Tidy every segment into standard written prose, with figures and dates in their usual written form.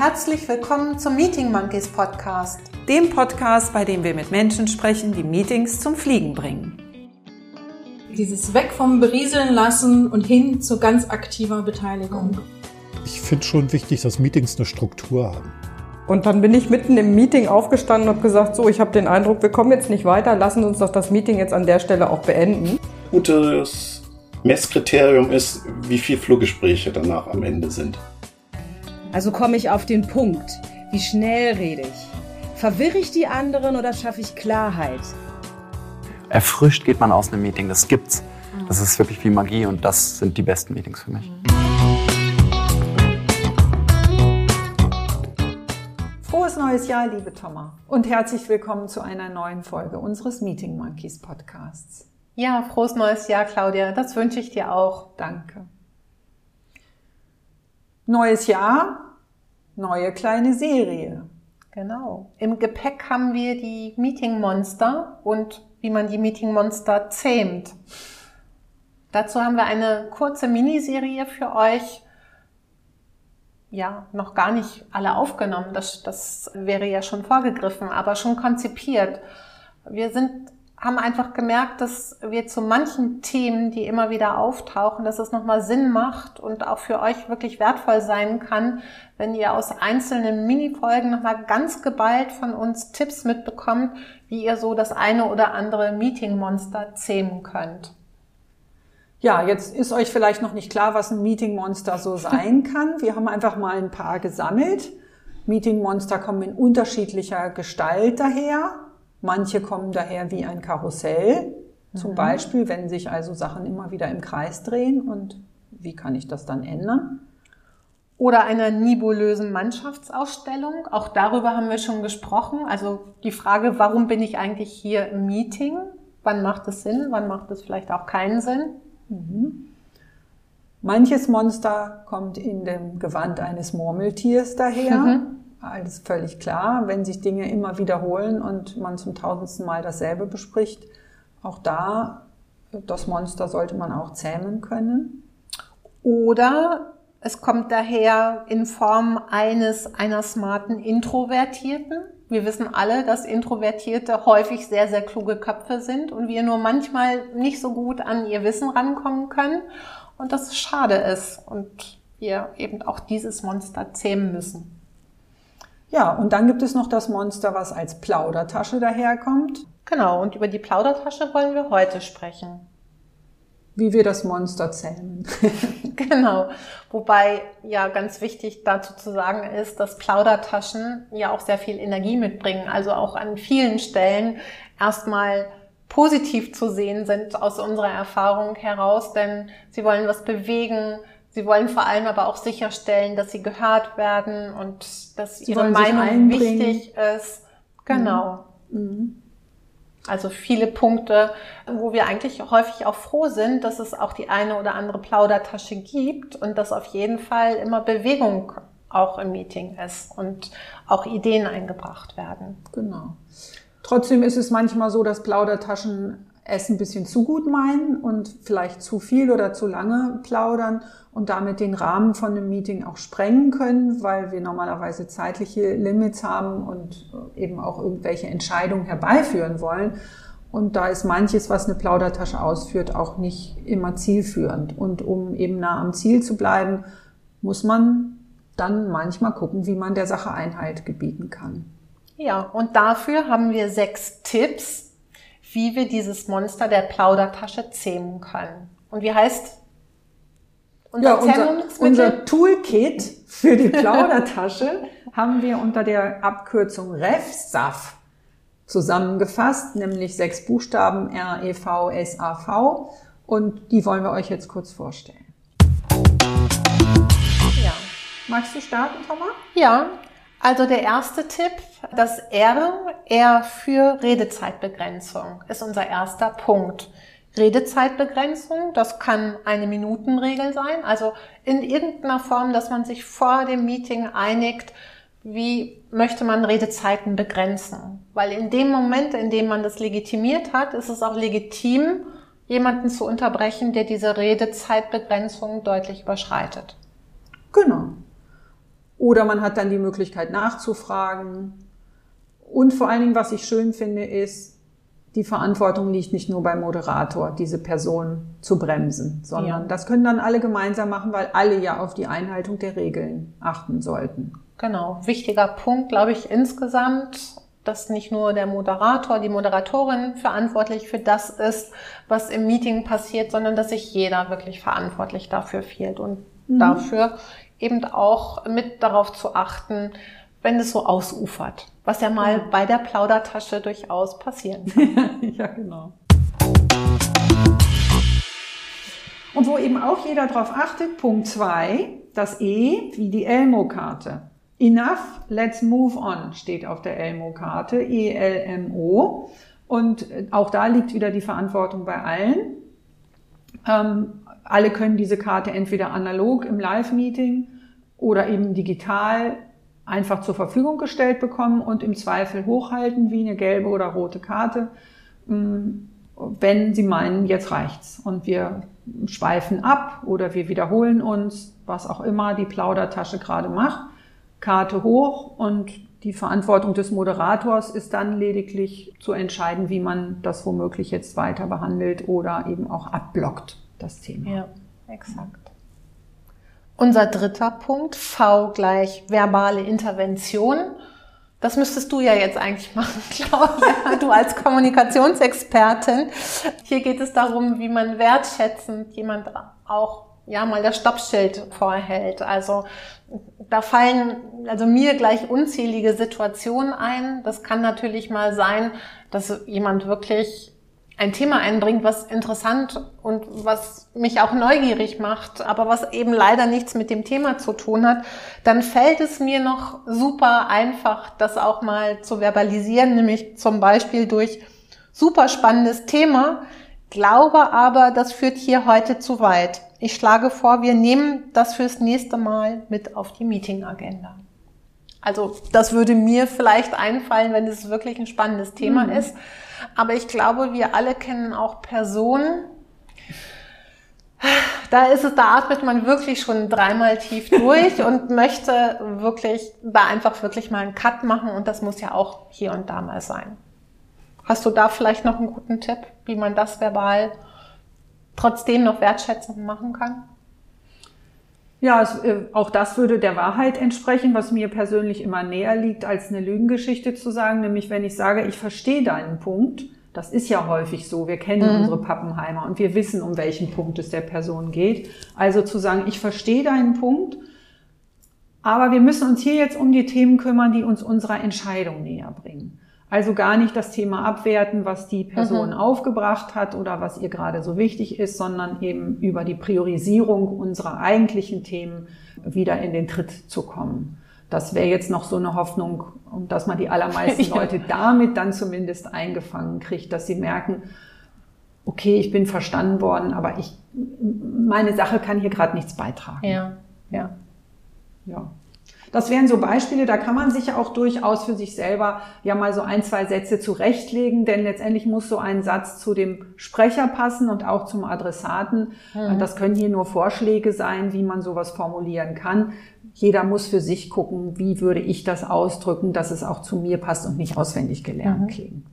herzlich willkommen zum Meeting Monkeys Podcast. Dem Podcast, bei dem wir mit Menschen sprechen, die Meetings zum Fliegen bringen. Dieses Weg vom Berieseln lassen und hin zu ganz aktiver Beteiligung. Ich finde schon wichtig, dass Meetings eine Struktur haben. Und dann bin ich mitten im Meeting aufgestanden und habe gesagt, so, ich habe den Eindruck, wir kommen jetzt nicht weiter, lassen uns doch das Meeting jetzt an der Stelle auch beenden. Gutes Messkriterium ist, wie viele Fluggespräche danach am Ende sind. Also komme ich auf den Punkt. Wie schnell rede ich? Verwirre ich die anderen oder schaffe ich Klarheit? Erfrischt geht man aus einem Meeting, das gibt's. Das ist wirklich wie Magie und das sind die besten Meetings für mich. Frohes neues Jahr, liebe Thomas, und herzlich willkommen zu einer neuen Folge unseres Meeting Monkeys Podcasts. Ja, frohes neues Jahr, Claudia. Das wünsche ich dir auch. Danke. Neues Jahr, neue kleine Serie. Genau. Im Gepäck haben wir die Meeting Monster und wie man die Meeting Monster zähmt. Dazu haben wir eine kurze Miniserie für euch. Ja, noch gar nicht alle aufgenommen. Das wäre ja schon vorgegriffen, aber schon konzipiert. Wir haben einfach gemerkt, dass wir zu manchen Themen, die immer wieder auftauchen, dass es nochmal Sinn macht und auch für euch wirklich wertvoll sein kann, wenn ihr aus einzelnen Minifolgen nochmal ganz geballt von uns Tipps mitbekommt, wie ihr so das eine oder andere Meeting-Monster zähmen könnt. Ja, jetzt ist euch vielleicht noch nicht klar, was ein Meeting Monster so sein kann. Wir haben einfach mal ein paar gesammelt. Meeting Monster kommen in unterschiedlicher Gestalt daher. Manche kommen daher wie ein Karussell, zum Beispiel, wenn sich also Sachen immer wieder im Kreis drehen. Und wie kann ich das dann ändern? Oder einer nebulösen Mannschaftsausstellung. Auch darüber haben wir schon gesprochen. Also die Frage, warum bin ich eigentlich hier im Meeting? Wann macht es Sinn? Wann macht es vielleicht auch keinen Sinn? Manches Monster kommt in dem Gewand eines Murmeltiers daher. Alles völlig klar, wenn sich Dinge immer wiederholen und man zum 1000. Mal dasselbe bespricht. Auch da, das Monster sollte man auch zähmen können. Oder es kommt daher in Form einer smarten Introvertierten. Wir wissen alle, dass Introvertierte häufig sehr, sehr kluge Köpfe sind und wir nur manchmal nicht so gut an ihr Wissen rankommen können und das schade ist und wir eben auch dieses Monster zähmen müssen. Ja, und dann gibt es noch das Monster, was als Plaudertasche daherkommt. Genau, und über die Plaudertasche wollen wir heute sprechen. Wie wir das Monster zähmen. Genau, wobei ja ganz wichtig dazu zu sagen ist, dass Plaudertaschen ja auch sehr viel Energie mitbringen, also auch an vielen Stellen erstmal positiv zu sehen sind aus unserer Erfahrung heraus, denn sie wollen was bewegen, sie wollen vor allem aber auch sicherstellen, dass sie gehört werden und dass ihre Meinung wichtig ist. Genau. Also viele Punkte, wo wir eigentlich häufig auch froh sind, dass es auch die eine oder andere Plaudertasche gibt und dass auf jeden Fall immer Bewegung auch im Meeting ist und auch Ideen eingebracht werden. Genau. Trotzdem ist es manchmal so, dass Plaudertaschen es ein bisschen zu gut meinen und vielleicht zu viel oder zu lange plaudern und damit den Rahmen von einem Meeting auch sprengen können, weil wir normalerweise zeitliche Limits haben und eben auch irgendwelche Entscheidungen herbeiführen wollen. Und da ist manches, was eine Plaudertasche ausführt, auch nicht immer zielführend. Und um eben nah am Ziel zu bleiben, muss man dann manchmal gucken, wie man der Sache Einhalt gebieten kann. Ja, und dafür haben wir 6 Tipps, wie wir dieses Monster der Plaudertasche zähmen können. Und wie heißt unser Toolkit für die Plaudertasche haben wir unter der Abkürzung REVSAV zusammengefasst, nämlich 6 Buchstaben REVSAV und die wollen wir euch jetzt kurz vorstellen. Ja. Magst du starten, Thomas? Ja. Also der erste Tipp, das R für Redezeitbegrenzung ist unser erster Punkt. Redezeitbegrenzung, das kann eine Minutenregel sein, also in irgendeiner Form, dass man sich vor dem Meeting einigt, wie möchte man Redezeiten begrenzen. Weil in dem Moment, in dem man das legitimiert hat, ist es auch legitim, jemanden zu unterbrechen, der diese Redezeitbegrenzung deutlich überschreitet. Genau. Oder man hat dann die Möglichkeit nachzufragen. Und vor allen Dingen, was ich schön finde, ist, die Verantwortung liegt nicht nur beim Moderator, diese Person zu bremsen, sondern das können dann alle gemeinsam machen, weil alle ja auf die Einhaltung der Regeln achten sollten. Genau, wichtiger Punkt, glaube ich, insgesamt, dass nicht nur der Moderator, die Moderatorin verantwortlich für das ist, was im Meeting passiert, sondern dass sich jeder wirklich verantwortlich dafür fühlt und dafür eben auch mit darauf zu achten, wenn es so ausufert, was ja mal bei der Plaudertasche durchaus passieren kann. Ja, genau. Und wo eben auch jeder drauf achtet, Punkt 2, das E wie die Elmo-Karte. Enough, let's move on steht auf der Elmo-Karte, ELMO. Und auch da liegt wieder die Verantwortung bei allen. Alle können diese Karte entweder analog im Live-Meeting oder eben digital einfach zur Verfügung gestellt bekommen und im Zweifel hochhalten wie eine gelbe oder rote Karte, wenn sie meinen, jetzt reicht's. Und wir schweifen ab oder wir wiederholen uns, was auch immer die Plaudertasche gerade macht. Karte hoch und die Verantwortung des Moderators ist dann lediglich zu entscheiden, wie man das womöglich jetzt weiter behandelt oder eben auch abblockt, das Thema. Ja, exakt. Unser dritter Punkt, V gleich verbale Intervention. Das müsstest du ja jetzt eigentlich machen, Claudia, du als Kommunikationsexpertin. Hier geht es darum, wie man wertschätzend jemand auch mal das Stoppschild vorhält. Also da fallen mir gleich unzählige Situationen ein. Das kann natürlich mal sein, dass jemand wirklich ein Thema einbringt, was interessant und was mich auch neugierig macht, aber was eben leider nichts mit dem Thema zu tun hat. Dann fällt es mir noch super einfach, das auch mal zu verbalisieren, nämlich zum Beispiel durch super spannendes Thema, glaube aber, das führt hier heute zu weit. Ich schlage vor, wir nehmen das fürs nächste Mal mit auf die Meeting-Agenda. Also das würde mir vielleicht einfallen, wenn es wirklich ein spannendes Thema ist. Aber ich glaube, wir alle kennen auch Personen, da atmet man wirklich schon dreimal tief durch und möchte einfach wirklich mal einen Cut machen und das muss ja auch hier und da mal sein. Hast du da vielleicht noch einen guten Tipp, wie man das verbal trotzdem noch wertschätzend machen kann? Ja, auch das würde der Wahrheit entsprechen, was mir persönlich immer näher liegt, als eine Lügengeschichte zu sagen. Nämlich, wenn ich sage, ich verstehe deinen Punkt, das ist ja häufig so, wir kennen unsere Pappenheimer und wir wissen, um welchen Punkt es der Person geht. Also zu sagen, ich verstehe deinen Punkt, aber wir müssen uns hier jetzt um die Themen kümmern, die uns unserer Entscheidung näher bringen. Also gar nicht das Thema abwerten, was die Person aufgebracht hat oder was ihr gerade so wichtig ist, sondern eben über die Priorisierung unserer eigentlichen Themen wieder in den Tritt zu kommen. Das wäre jetzt noch so eine Hoffnung, dass man die allermeisten Leute damit dann zumindest eingefangen kriegt, dass sie merken, okay, ich bin verstanden worden, aber meine Sache kann hier gerade nichts beitragen. Ja. Das wären so Beispiele, da kann man sich ja auch durchaus für sich selber ja mal so 1, 2 Sätze zurechtlegen, denn letztendlich muss so ein Satz zu dem Sprecher passen und auch zum Adressaten. Das können hier nur Vorschläge sein, wie man sowas formulieren kann. Jeder muss für sich gucken, wie würde ich das ausdrücken, dass es auch zu mir passt und nicht auswendig gelernt klingen.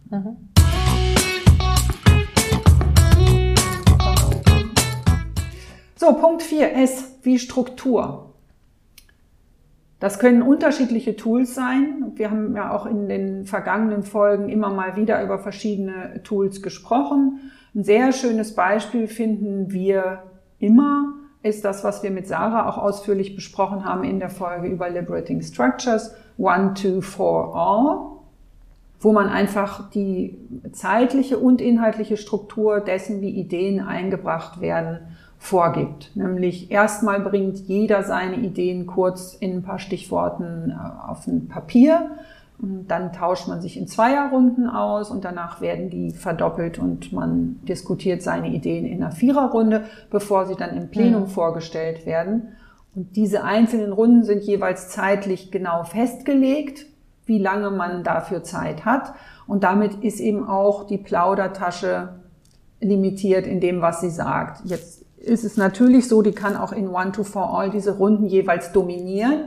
So, Punkt 4, S wie Struktur. Das können unterschiedliche Tools sein. Wir haben ja auch in den vergangenen Folgen immer mal wieder über verschiedene Tools gesprochen. Ein sehr schönes Beispiel finden wir immer, ist das, was wir mit Sarah auch ausführlich besprochen haben in der Folge über Liberating Structures, 1, 2, 4, all, wo man einfach die zeitliche und inhaltliche Struktur dessen, wie Ideen eingebracht werden, vorgibt. Nämlich erstmal bringt jeder seine Ideen kurz in ein paar Stichworten auf ein Papier. Und dann tauscht man sich in Zweierrunden aus und danach werden die verdoppelt und man diskutiert seine Ideen in einer Viererrunde, bevor sie dann im Plenum vorgestellt werden. Und diese einzelnen Runden sind jeweils zeitlich genau festgelegt, wie lange man dafür Zeit hat. Und damit ist eben auch die Plaudertasche limitiert in dem, was sie sagt. Jetzt ist es natürlich so, die kann auch in 1, 2, 4, all diese Runden jeweils dominieren.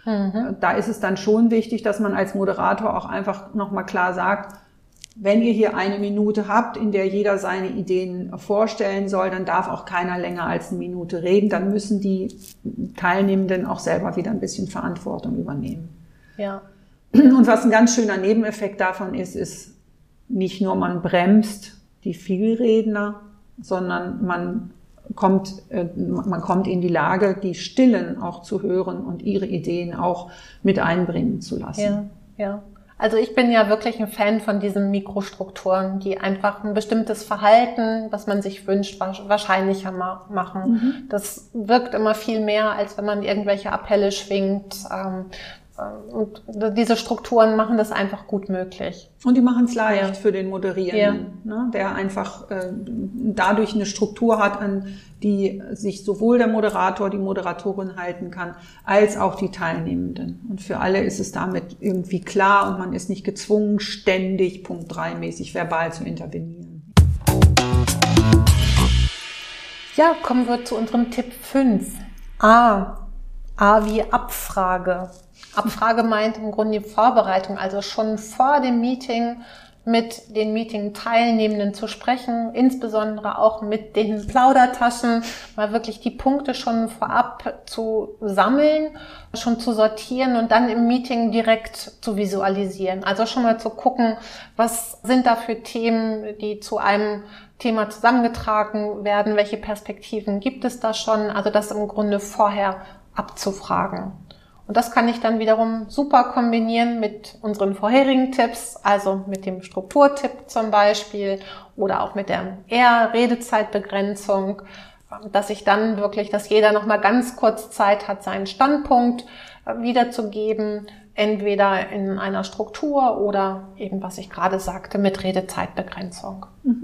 Da ist es dann schon wichtig, dass man als Moderator auch einfach nochmal klar sagt, wenn ihr hier 1 Minute habt, in der jeder seine Ideen vorstellen soll, dann darf auch keiner länger als 1 Minute reden. Dann müssen die Teilnehmenden auch selber wieder ein bisschen Verantwortung übernehmen. Ja. Und was ein ganz schöner Nebeneffekt davon ist nicht nur man bremst die Vielredner, sondern man kommt in die Lage, die Stillen auch zu hören und ihre Ideen auch mit einbringen zu lassen. Ja, ja. Also ich bin ja wirklich ein Fan von diesen Mikrostrukturen, die einfach ein bestimmtes Verhalten, was man sich wünscht, wahrscheinlicher machen. Das wirkt immer viel mehr, als wenn man irgendwelche Appelle schwingt. Und diese Strukturen machen das einfach gut möglich. Und die machen es leicht für den Moderierenden, ne, der einfach dadurch eine Struktur hat, an die sich sowohl der Moderator, die Moderatorin halten kann, als auch die Teilnehmenden. Und für alle ist es damit irgendwie klar und man ist nicht gezwungen, ständig Punkt 3-mäßig verbal zu intervenieren. Ja, kommen wir zu unserem Tipp 5. A wie Abfrage. Abfrage meint im Grunde die Vorbereitung, also schon vor dem Meeting mit den Meeting-Teilnehmenden zu sprechen, insbesondere auch mit den Plaudertaschen, mal wirklich die Punkte schon vorab zu sammeln, schon zu sortieren und dann im Meeting direkt zu visualisieren. Also schon mal zu gucken, was sind da für Themen, die zu einem Thema zusammengetragen werden, welche Perspektiven gibt es da schon, also das im Grunde vorher abzufragen. Und das kann ich dann wiederum super kombinieren mit unseren vorherigen Tipps, also mit dem Strukturtipp zum Beispiel oder auch mit der Redezeitbegrenzung, dass ich dann wirklich, dass jeder nochmal ganz kurz Zeit hat, seinen Standpunkt wiederzugeben, entweder in einer Struktur oder eben, was ich gerade sagte, mit Redezeitbegrenzung.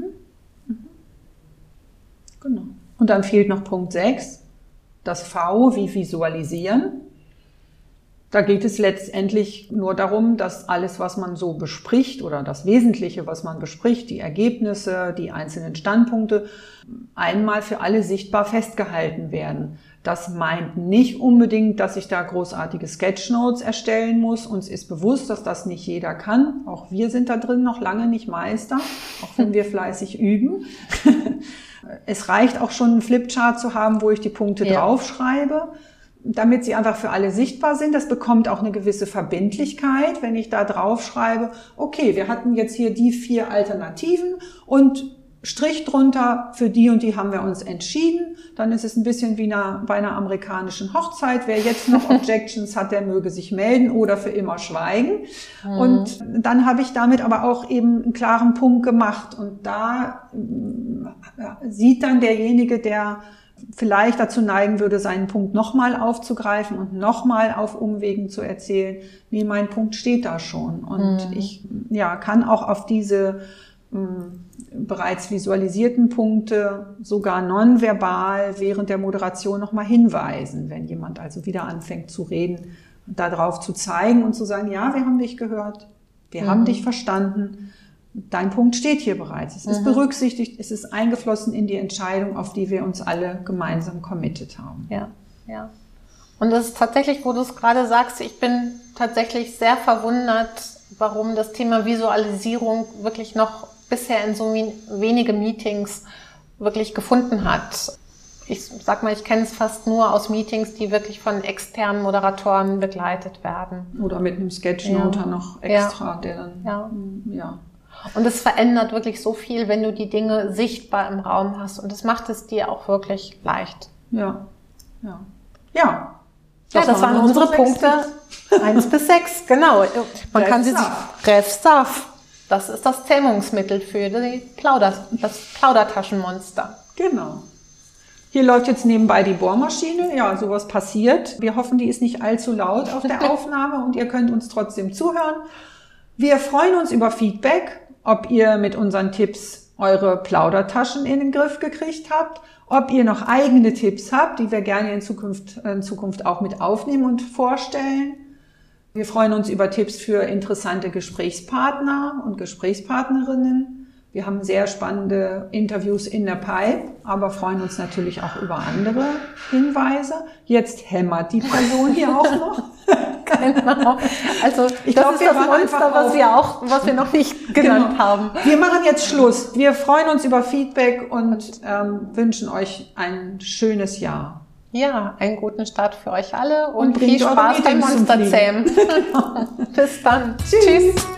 Genau. Und dann fehlt noch Punkt 6, das V wie Visualisieren. Da geht es letztendlich nur darum, dass alles, was man so bespricht oder das Wesentliche, was man bespricht, die Ergebnisse, die einzelnen Standpunkte, einmal für alle sichtbar festgehalten werden. Das meint nicht unbedingt, dass ich da großartige Sketchnotes erstellen muss. Uns ist bewusst, dass das nicht jeder kann. Auch wir sind da drin noch lange nicht Meister, auch wenn wir fleißig üben. Es reicht auch schon, einen Flipchart zu haben, wo ich die Punkte draufschreibe, damit sie einfach für alle sichtbar sind. Das bekommt auch eine gewisse Verbindlichkeit, wenn ich da draufschreibe, okay, wir hatten jetzt hier die 4 Alternativen und Strich drunter, für die und die haben wir uns entschieden. Dann ist es ein bisschen wie bei einer amerikanischen Hochzeit. Wer jetzt noch Objections hat, der möge sich melden oder für immer schweigen. Und dann habe ich damit aber auch eben einen klaren Punkt gemacht. Und da sieht dann derjenige, der vielleicht dazu neigen würde, seinen Punkt nochmal aufzugreifen und nochmal auf Umwegen zu erzählen, nee, mein Punkt steht da schon. Und ich kann auch auf diese bereits visualisierten Punkte sogar nonverbal während der Moderation nochmal hinweisen, wenn jemand also wieder anfängt zu reden, darauf zu zeigen und zu sagen, ja, wir haben dich gehört, wir haben dich verstanden, dein Punkt steht hier bereits, es ist berücksichtigt, es ist eingeflossen in die Entscheidung, auf die wir uns alle gemeinsam committed haben. Ja, ja. Und das ist tatsächlich, wo du es gerade sagst, ich bin tatsächlich sehr verwundert, warum das Thema Visualisierung wirklich noch bisher in so wenige Meetings wirklich gefunden hat. Ich sag mal, ich kenne es fast nur aus Meetings, die wirklich von externen Moderatoren begleitet werden. Oder mit einem Sketchnoter noch extra, der dann, Und es verändert wirklich so viel, wenn du die Dinge sichtbar im Raum hast. Und das macht es dir auch wirklich leicht. Ja. Das waren unsere Punkte 1 bis 6, genau. Man kann sie sich Ref-Saf. Das ist das Zähmungsmittel für das Plaudertaschenmonster. Genau. Hier läuft jetzt nebenbei die Bohrmaschine. Ja, sowas passiert. Wir hoffen, die ist nicht allzu laut auf der Aufnahme und ihr könnt uns trotzdem zuhören. Wir freuen uns über Feedback, ob ihr mit unseren Tipps eure Plaudertaschen in den Griff gekriegt habt, ob ihr noch eigene Tipps habt, die wir gerne in Zukunft auch mit aufnehmen und vorstellen. Wir freuen uns über Tipps für interessante Gesprächspartner und Gesprächspartnerinnen. Wir haben sehr spannende Interviews in der Pipe, aber freuen uns natürlich auch über andere Hinweise. Jetzt hämmert die Person hier auch noch. Genau. Also ich das glaube, ist wir das waren Monster, was wir noch nicht genannt haben. Wir machen jetzt Schluss. Wir freuen uns über Feedback und wünschen euch ein schönes Jahr. Ja, einen guten Start für euch alle und bringt viel eure Spaß beim Meetings zum Monsterzähmen. Bis dann. Tschüss.